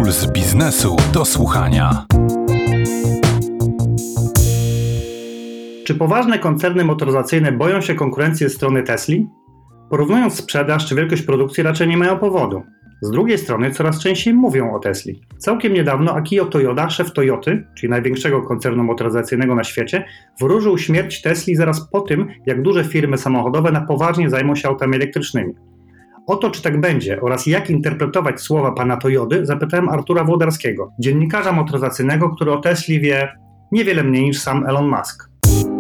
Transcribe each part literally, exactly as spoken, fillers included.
Puls biznesu do słuchania. Czy poważne koncerny motoryzacyjne boją się konkurencji ze strony Tesli? Porównując sprzedaż czy wielkość produkcji, raczej nie mają powodu. Z drugiej strony coraz częściej mówią o Tesli. Całkiem niedawno Akio Toyoda, szef Toyoty, czyli największego koncernu motoryzacyjnego na świecie, wróżył śmierć Tesli zaraz po tym, jak duże firmy samochodowe na poważnie zajmą się autami elektrycznymi. O to, czy tak będzie oraz jak interpretować słowa pana Toyody, zapytałem Artura Włodarskiego, dziennikarza motoryzacyjnego, który o Tesli wie niewiele mniej niż sam Elon Musk.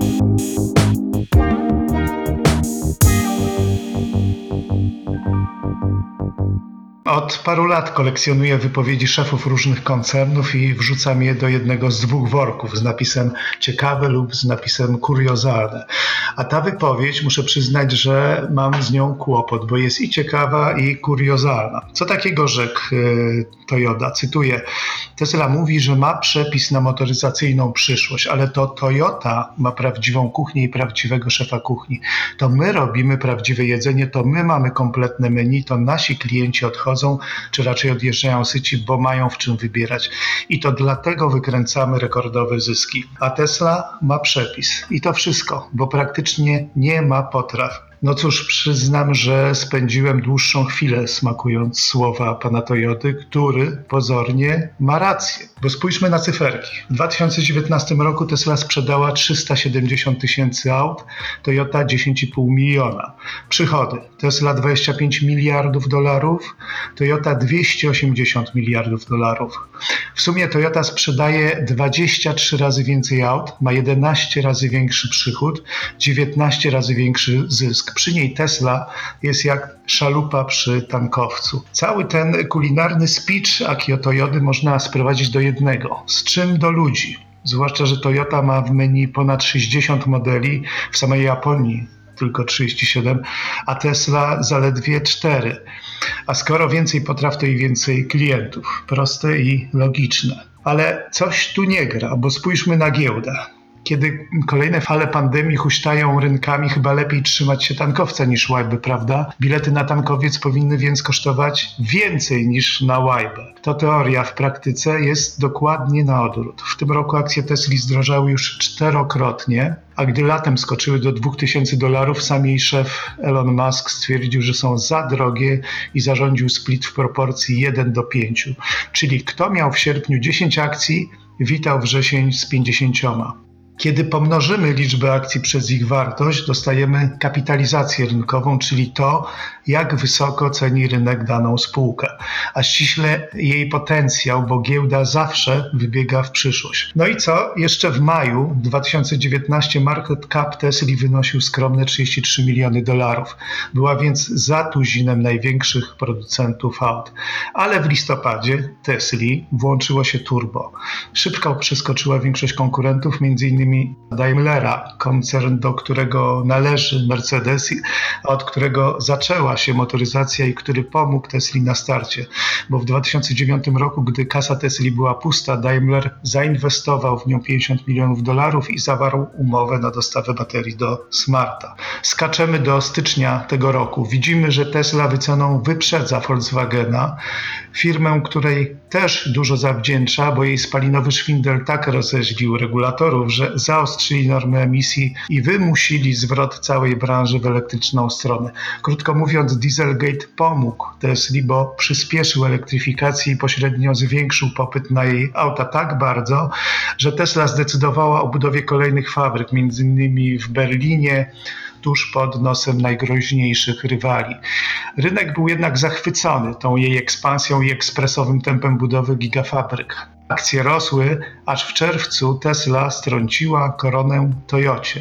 Od paru lat kolekcjonuję wypowiedzi szefów różnych koncernów i wrzucam je do jednego z dwóch worków z napisem ciekawe lub z napisem kuriozalne. A ta wypowiedź, muszę przyznać, że mam z nią kłopot, bo jest i ciekawa, i kuriozalna. Co takiego rzekł yy, Toyoda? Cytuję: Tesla mówi, że ma przepis na motoryzacyjną przyszłość, ale to Toyota ma prawdziwą kuchnię i prawdziwego szefa kuchni. To my robimy prawdziwe jedzenie, to my mamy kompletne menu, to nasi klienci odchodzą, czy raczej odjeżdżają syci, bo mają w czym wybierać. I to dlatego wykręcamy rekordowe zyski. A Tesla ma przepis. I to wszystko, bo praktycznie nie ma potraw. No cóż, przyznam, że spędziłem dłuższą chwilę smakując słowa pana Toyody, który pozornie ma rację. Bo spójrzmy na cyferki. W dwa tysiące dziewiętnastym roku Tesla sprzedała trzysta siedemdziesiąt tysięcy aut, Toyota dziesięć i pół miliona. Przychody: Tesla dwadzieścia pięć miliardów dolarów, Toyota dwieście osiemdziesiąt miliardów dolarów. W sumie Toyota sprzedaje dwadzieścia trzy razy więcej aut, ma jedenaście razy większy przychód, dziewiętnaście razy większy zysk. Przy niej Tesla jest jak szalupa przy tankowcu. Cały ten kulinarny speech Akio Toyody można sprowadzić do jednego. Z czym do ludzi? Zwłaszcza, że Toyota ma w menu ponad sześćdziesiąt modeli, w samej Japonii tylko trzydzieści siedem, a Tesla zaledwie cztery. A skoro więcej potraw, to i więcej klientów. Proste i logiczne. Ale coś tu nie gra, bo spójrzmy na giełdę. Kiedy kolejne fale pandemii huśtają rynkami, chyba lepiej trzymać się tankowca niż łajby, prawda? Bilety na tankowiec powinny więc kosztować więcej niż na łajbę. To teoria, w praktyce jest dokładnie na odwrót. W tym roku akcje Tesli zdrożały już czterokrotnie, a gdy latem skoczyły do dwóch tysięcy dolarów, sam jej szef Elon Musk stwierdził, że są za drogie i zarządził split w proporcji jeden do pięciu. Czyli kto miał w sierpniu dziesięć akcji, witał wrzesień z pięćdziesięcioma. Kiedy pomnożymy liczbę akcji przez ich wartość, dostajemy kapitalizację rynkową, czyli to, jak wysoko ceni rynek daną spółkę, a ściśle jej potencjał, bo giełda zawsze wybiega w przyszłość. No i co? Jeszcze w maju dwa tysiące dziewiętnastego market cap Tesli wynosił skromne trzydzieści trzy miliony dolarów. Była więc za tuzinem największych producentów aut. Ale w listopadzie Tesli włączyło się turbo. Szybko przeskoczyła większość konkurentów, między innymi Daimlera, koncern, do którego należy Mercedes, a od którego zaczęła się motoryzacja i który pomógł Tesli na starcie. Bo w dwa tysiące dziewiątym roku, gdy kasa Tesli była pusta, Daimler zainwestował w nią pięćdziesiąt milionów dolarów i zawarł umowę na dostawę baterii do Smarta. Skaczemy do stycznia tego roku. Widzimy, że Tesla wyceną wyprzedza Volkswagena, firmę, której też dużo zawdzięcza, bo jej spalinowy szwindel tak rozeźlił regulatorów, że zaostrzyli normy emisji i wymusili zwrot całej branży w elektryczną stronę. Krótko mówiąc, Dieselgate pomógł Tesli, bo przyspieszył elektryfikację i pośrednio zwiększył popyt na jej auta tak bardzo, że Tesla zdecydowała o budowie kolejnych fabryk, między innymi w Berlinie, tuż pod nosem najgroźniejszych rywali. Rynek był jednak zachwycony tą jej ekspansją i ekspresowym tempem budowy gigafabryk. Akcje rosły, aż w czerwcu Tesla strąciła koronę Toyocie.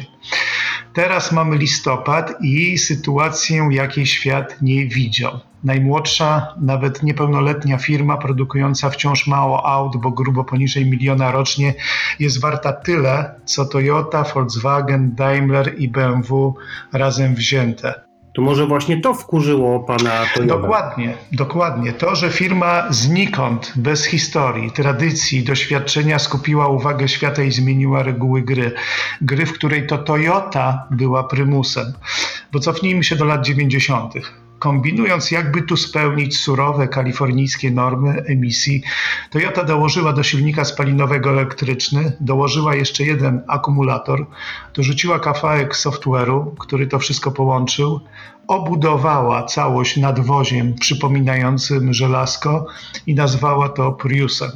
Teraz mamy listopad i sytuację, jakiej świat nie widział. Najmłodsza, nawet niepełnoletnia firma produkująca wciąż mało aut, bo grubo poniżej miliona rocznie, jest warta tyle, co Toyota, Volkswagen, Daimler i B M W razem wzięte. To może właśnie to wkurzyło pana Toyodę? Dokładnie, dokładnie. To, że firma znikąd, bez historii, tradycji, doświadczenia skupiła uwagę świata i zmieniła reguły gry. Gry, w której to Toyota była prymusem. Bo cofnijmy się do lat dziewięćdziesiątych. Kombinując, jakby tu spełnić surowe kalifornijskie normy emisji, Toyota dołożyła do silnika spalinowego elektryczny, dołożyła jeszcze jeden akumulator, dorzuciła kawałek software'u, który to wszystko połączył, obudowała całość nadwoziem przypominającym żelazko i nazwała to Priusem.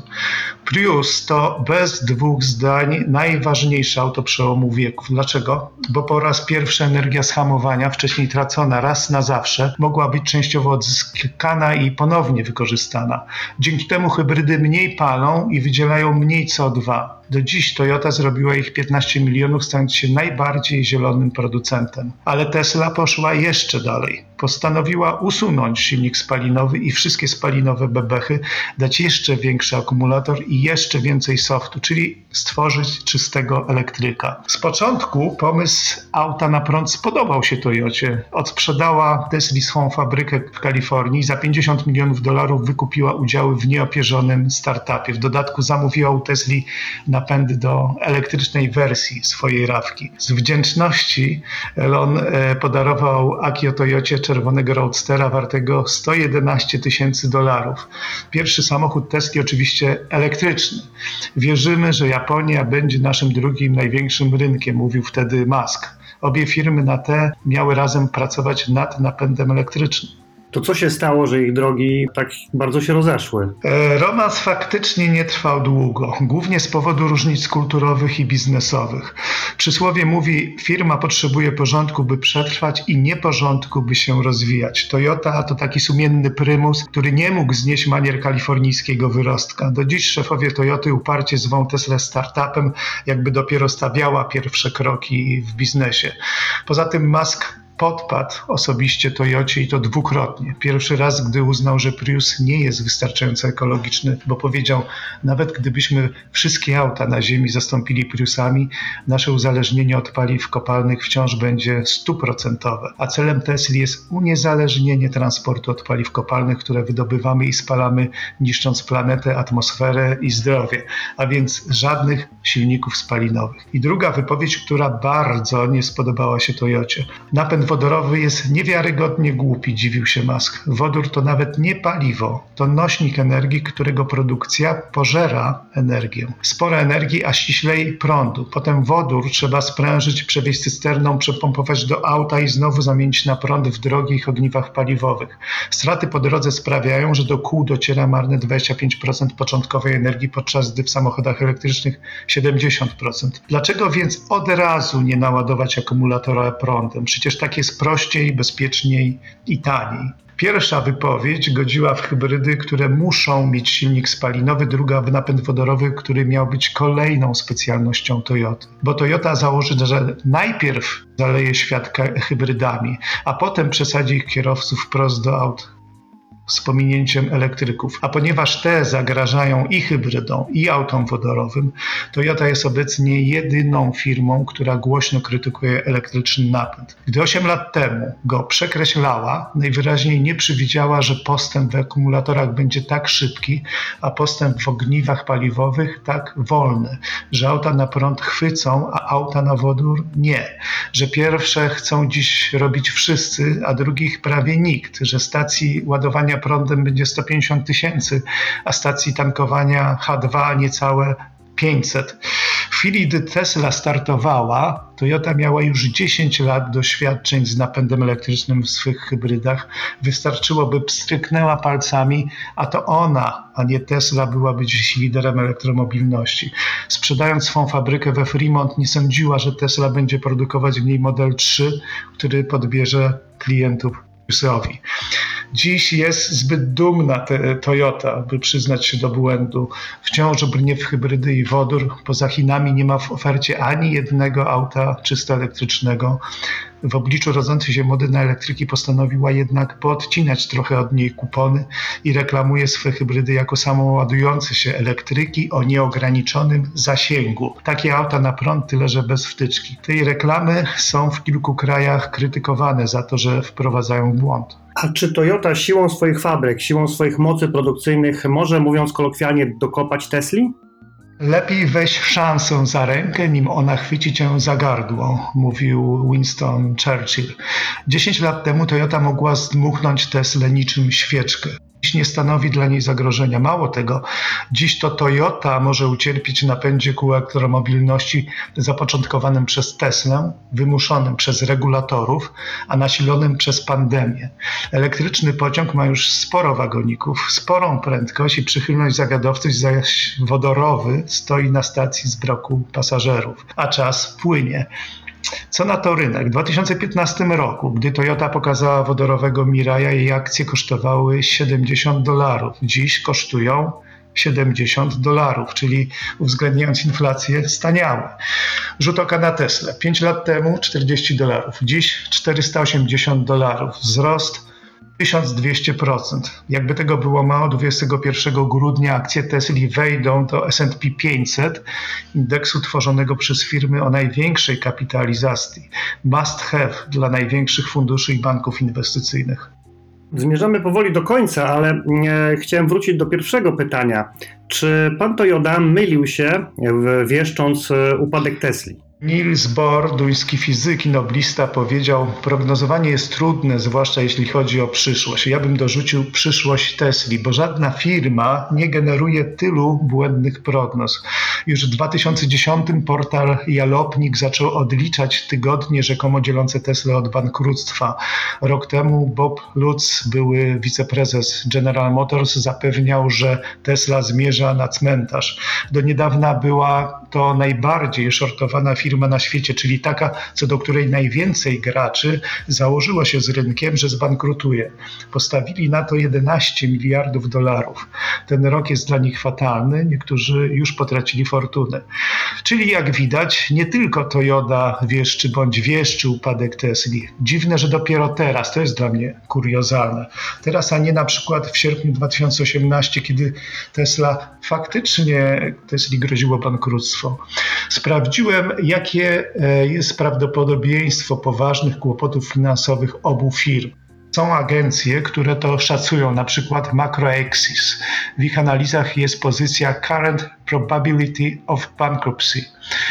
Prius to bez dwóch zdań najważniejsze auto przełomu wieków. Dlaczego? Bo po raz pierwszy energia z hamowania, wcześniej tracona raz na zawsze, mogła być częściowo odzyskana i ponownie wykorzystana. Dzięki temu hybrydy mniej palą i wydzielają mniej C O dwa. Do dziś Toyota zrobiła ich piętnaście milionów, stając się najbardziej zielonym producentem. Ale Tesla poszła jeszcze dalej. Postanowiła usunąć silnik spalinowy i wszystkie spalinowe bebechy, dać jeszcze większy akumulator i jeszcze więcej softu, czyli stworzyć czystego elektryka. Z początku pomysł auta na prąd spodobał się Toyocie. Odsprzedała Tesli swą fabrykę w Kalifornii, za pięćdziesiąt milionów dolarów wykupiła udziały w nieopierzonym startupie. W dodatku zamówiła u Tesli napędy do elektrycznej wersji swojej rawki. Z wdzięczności Elon podarował Akio Toyocie czerwonego Roadstera wartego sto jedenaście tysięcy dolarów. Pierwszy samochód Tesli oczywiście elektryczny. Wierzymy, że Japonia będzie naszym drugim największym rynkiem, mówił wtedy Musk. Obie firmy na te miały razem pracować nad napędem elektrycznym. To co się stało, że ich drogi tak bardzo się rozeszły? E, romans faktycznie nie trwał długo, głównie z powodu różnic kulturowych i biznesowych. Przysłowie mówi, firma potrzebuje porządku, by przetrwać i nieporządku, by się rozwijać. Toyota to taki sumienny prymus, który nie mógł znieść manier kalifornijskiego wyrostka. Do dziś szefowie Toyoty uparcie zwą Teslę startupem, jakby dopiero stawiała pierwsze kroki w biznesie. Poza tym Musk podpadł osobiście Toyocie i to dwukrotnie. Pierwszy raz, gdy uznał, że Prius nie jest wystarczająco ekologiczny, bo powiedział, nawet gdybyśmy wszystkie auta na ziemi zastąpili Priusami, nasze uzależnienie od paliw kopalnych wciąż będzie stuprocentowe. A celem Tesli jest uniezależnienie transportu od paliw kopalnych, które wydobywamy i spalamy, niszcząc planetę, atmosferę i zdrowie, a więc żadnych silników spalinowych. I druga wypowiedź, która bardzo nie spodobała się Toyocie. Napęd wodorowy jest niewiarygodnie głupi, dziwił się Musk. Wodór to nawet nie paliwo, to nośnik energii, którego produkcja pożera energię. Sporo energii, a ściślej prądu. Potem wodór trzeba sprężyć, przewieźć cysterną, przepompować do auta i znowu zamienić na prąd w drogich ogniwach paliwowych. Straty po drodze sprawiają, że do kół dociera marne dwadzieścia pięć procent początkowej energii, podczas gdy w samochodach elektrycznych siedemdziesiąt procent. Dlaczego więc od razu nie naładować akumulatora prądem? Przecież tak jest prościej, bezpieczniej i taniej. Pierwsza wypowiedź godziła w hybrydy, które muszą mieć silnik spalinowy, druga w napęd wodorowy, który miał być kolejną specjalnością Toyoty. Bo Toyota założy, że najpierw zaleje świat hybrydami, a potem przesadzi ich kierowców wprost do aut z pominięciem elektryków. A ponieważ te zagrażają i hybrydom, i autom wodorowym, Toyota jest obecnie jedyną firmą, która głośno krytykuje elektryczny napęd. Gdy osiem lat temu go przekreślała, najwyraźniej nie przewidziała, że postęp w akumulatorach będzie tak szybki, a postęp w ogniwach paliwowych tak wolny, że auta na prąd chwycą, a auta na wodór nie, że pierwsze chcą dziś robić wszyscy, a drugich prawie nikt, że stacji ładowania prądem będzie sto pięćdziesiąt tysięcy, a stacji tankowania H dwa niecałe pięćset. W chwili, gdy Tesla startowała, Toyota miała już dziesięć lat doświadczeń z napędem elektrycznym w swych hybrydach. Wystarczyło, by pstryknęła palcami, a to ona, a nie Tesla, byłaby dziś liderem elektromobilności. Sprzedając swą fabrykę we Fremont, nie sądziła, że Tesla będzie produkować w niej Model trzy, który podbierze klientów Priusowi. Dziś jest zbyt dumna te, Toyota, by przyznać się do błędu. Wciąż brnie w hybrydy i wodór. Poza Chinami nie ma w ofercie ani jednego auta czysto elektrycznego. W obliczu rodzącej się mody na elektryki postanowiła jednak poodcinać trochę od niej kupony i reklamuje swe hybrydy jako samoładujące się elektryki o nieograniczonym zasięgu. Takie auta na prąd, tyle że bez wtyczki. Tej reklamy są w kilku krajach krytykowane za to, że wprowadzają błąd. A czy Toyota siłą swoich fabryk, siłą swoich mocy produkcyjnych może, mówiąc kolokwialnie, dokopać Tesli? Lepiej weź szansę za rękę, nim ona chwyci cię za gardło, mówił Winston Churchill. Dziesięć lat temu Toyota mogła zdmuchnąć Teslę niczym świeczkę. Dziś nie stanowi dla niej zagrożenia. Mało tego, dziś to Toyota może ucierpieć na pędzie ku elektromobilności zapoczątkowanym przez Teslę, wymuszonym przez regulatorów, a nasilonym przez pandemię. Elektryczny pociąg ma już sporo wagoników, sporą prędkość i przychylność zagadowców, zaś wodorowy stoi na stacji z braku pasażerów, a czas płynie. Co na to rynek? W dwa tysiące piętnastym roku, gdy Toyota pokazała wodorowego Miraja, jej akcje kosztowały siedemdziesiąt dolarów. Dziś kosztują siedemdziesiąt dolarów, czyli uwzględniając inflację, staniały. Rzut oka na Teslę. pięć lat temu czterdzieści dolarów, dziś czterysta osiemdziesiąt dolarów. Wzrost tysiąc dwieście procent. Jakby tego było mało, dwudziestego pierwszego grudnia akcje Tesli wejdą do S and P pięćset, indeksu tworzonego przez firmy o największej kapitalizacji. Must have dla największych funduszy i banków inwestycyjnych. Zmierzamy powoli do końca, ale e, chciałem wrócić do pierwszego pytania. Czy pan Toyoda mylił się, w, wieszcząc e, upadek Tesli? Niels Bohr, duński fizyk i noblista, powiedział: prognozowanie jest trudne, zwłaszcza jeśli chodzi o przyszłość. Ja bym dorzucił przyszłość Tesli, bo żadna firma nie generuje tylu błędnych prognoz. Już w dwa tysiące dziesiątym portal Jalopnik zaczął odliczać tygodnie rzekomo dzielące Teslę od bankructwa. Rok temu Bob Lutz, były wiceprezes General Motors, zapewniał, że Tesla zmierza na cmentarz. Do niedawna była to najbardziej shortowana firma na świecie, czyli taka, co do której najwięcej graczy założyło się z rynkiem, że zbankrutuje. Postawili na to jedenaście miliardów dolarów. Ten rok jest dla nich fatalny, niektórzy już potracili fortunę. Czyli jak widać, nie tylko Toyota wieszczy bądź wieszczy upadek Tesli. Dziwne, że dopiero teraz, to jest dla mnie kuriozalne. Teraz, a nie na przykład w sierpniu dwa tysiące osiemnastego, kiedy Tesla faktycznie, Tesli groziło bankructwo. Sprawdziłem, jakie jest prawdopodobieństwo poważnych kłopotów finansowych obu firm. Są agencje, które to szacują, na przykład MacroAxis. W ich analizach jest pozycja Current Probability of Bankruptcy.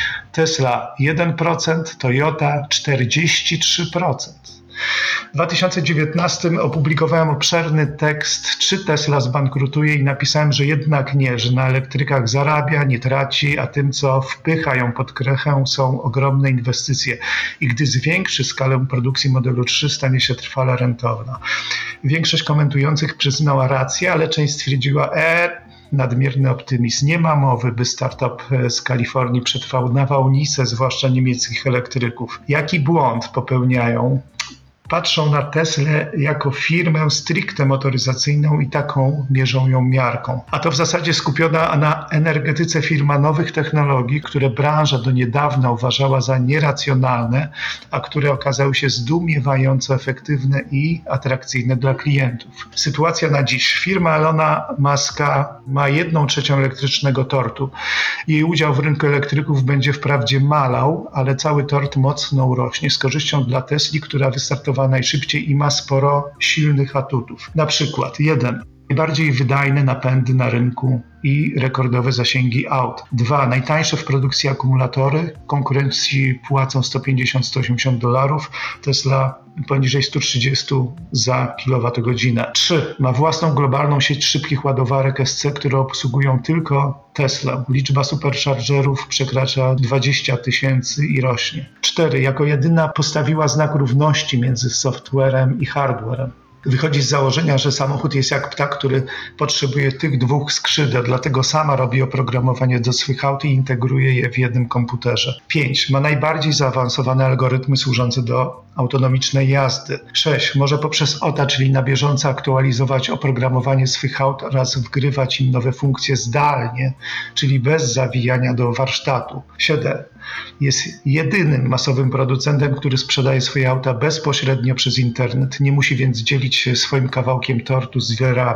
Tesla jeden procent, Toyota czterdzieści trzy procent. W dwa tysiące dziewiętnastym opublikowałem obszerny tekst, czy Tesla zbankrutuje, i napisałem, że jednak nie, że na elektrykach zarabia, nie traci, a tym, co wpycha ją pod krechę, są ogromne inwestycje i gdy zwiększy skalę produkcji modelu trzy, stanie się trwale rentowna. Większość komentujących przyznała rację, ale część stwierdziła, e, nadmierny optymizm. Nie ma mowy, by startup z Kalifornii przetrwał nawałnicę, zwłaszcza niemieckich elektryków. Jaki błąd popełniają? Patrzą na Teslę jako firmę stricte motoryzacyjną i taką mierzą ją miarką. A to w zasadzie skupiona na energetyce firma nowych technologii, które branża do niedawna uważała za nieracjonalne, a które okazały się zdumiewająco efektywne i atrakcyjne dla klientów. Sytuacja na dziś. Firma Elona Muska ma jedną trzecią elektrycznego tortu. Jej udział w rynku elektryków będzie wprawdzie malał, ale cały tort mocno urośnie z korzyścią dla Tesli, która wystartowała najszybciej i ma sporo silnych atutów. Na przykład jeden. Najbardziej wydajne napędy na rynku i rekordowe zasięgi aut. Dwa. Najtańsze w produkcji akumulatory. Konkurencji płacą sto pięćdziesiąt do stu osiemdziesięciu dolarów. Tesla poniżej sto trzydzieści za kilowatogodzinę. Trzy. Ma własną globalną sieć szybkich ładowarek S C, które obsługują tylko Tesla. Liczba superchargerów przekracza dwadzieścia tysięcy i rośnie. Cztery. Jako jedyna postawiła znak równości między softwarem i hardwarem. Wychodzi z założenia, że samochód jest jak ptak, który potrzebuje tych dwóch skrzydeł, dlatego sama robi oprogramowanie do swych aut i integruje je w jednym komputerze. pięć. Ma najbardziej zaawansowane algorytmy służące do autonomicznej jazdy. sześć. Może poprzez O T A, czyli na bieżąco aktualizować oprogramowanie swych aut oraz wgrywać im nowe funkcje zdalnie, czyli bez zawijania do warsztatu. siedem. Jest jedynym masowym producentem, który sprzedaje swoje auta bezpośrednio przez internet. Nie musi więc dzielić się swoim kawałkiem tortu z dealerami.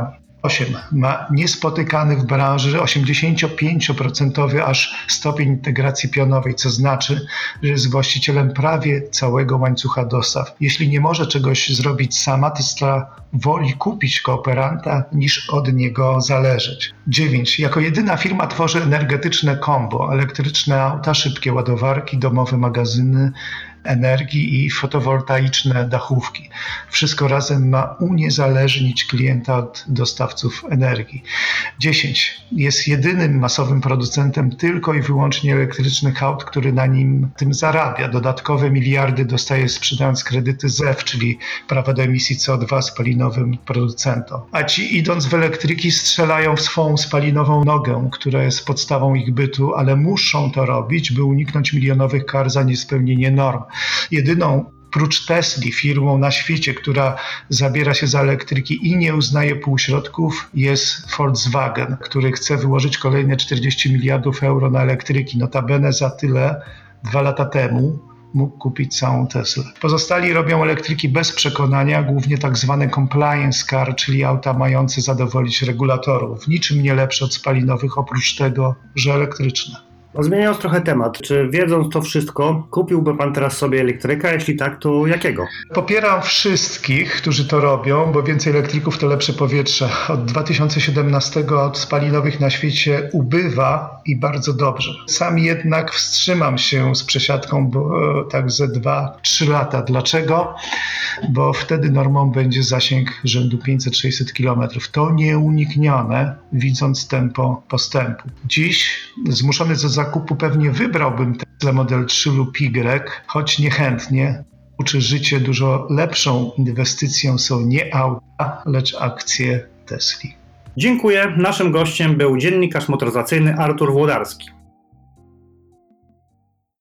osiem. Ma niespotykany w branży osiemdziesięciopięcioprocentowy aż stopień integracji pionowej, co znaczy, że jest właścicielem prawie całego łańcucha dostaw. Jeśli nie może czegoś zrobić sama, Tesla woli kupić kooperanta niż od niego zależeć. dziewięć. Jako jedyna firma tworzy energetyczne combo, elektryczne auta, szybkie ładowarki, domowe magazyny energii i fotowoltaiczne dachówki. Wszystko razem ma uniezależnić klienta od dostawców energii. dziesięć. Jest jedynym masowym producentem tylko i wyłącznie elektrycznych aut, który na nim tym zarabia. Dodatkowe miliardy dostaje sprzedając kredyty Z E W, czyli prawa do emisji C O dwa spalinowym producentom. A ci idąc w elektryki strzelają w swą spalinową nogę, która jest podstawą ich bytu, ale muszą to robić, by uniknąć milionowych kar za niespełnienie norm. Jedyną prócz Tesli firmą na świecie, która zabiera się za elektryki i nie uznaje półśrodków, jest Volkswagen, który chce wyłożyć kolejne czterdzieści miliardów euro na elektryki. Notabene za tyle dwa lata temu mógł kupić całą Teslę. Pozostali robią elektryki bez przekonania, głównie tak zwane compliance car, czyli auta mające zadowolić regulatorów. W niczym nie lepsze od spalinowych, oprócz tego, że elektryczne. Zmieniając trochę temat, czy wiedząc to wszystko, kupiłby pan teraz sobie elektryka? Jeśli tak, to jakiego? Popieram wszystkich, którzy to robią, bo więcej elektryków to lepsze powietrze. Od dwa tysiące siedemnastego aut spalinowych na świecie ubywa i bardzo dobrze. Sam jednak wstrzymam się z przesiadką bo, tak ze dwa trzy lata. Dlaczego? Bo wtedy normą będzie zasięg rzędu pięćset do sześciuset kilometrów. To nieuniknione, widząc tempo postępu. Dziś zmuszony do zakupu pewnie wybrałbym Tesla Model trzy lub Y, choć niechętnie. Uczy życie dużo lepszą inwestycją są nie auta, lecz akcje Tesli. Dziękuję. Naszym gościem był dziennikarz motoryzacyjny Artur Włodarski.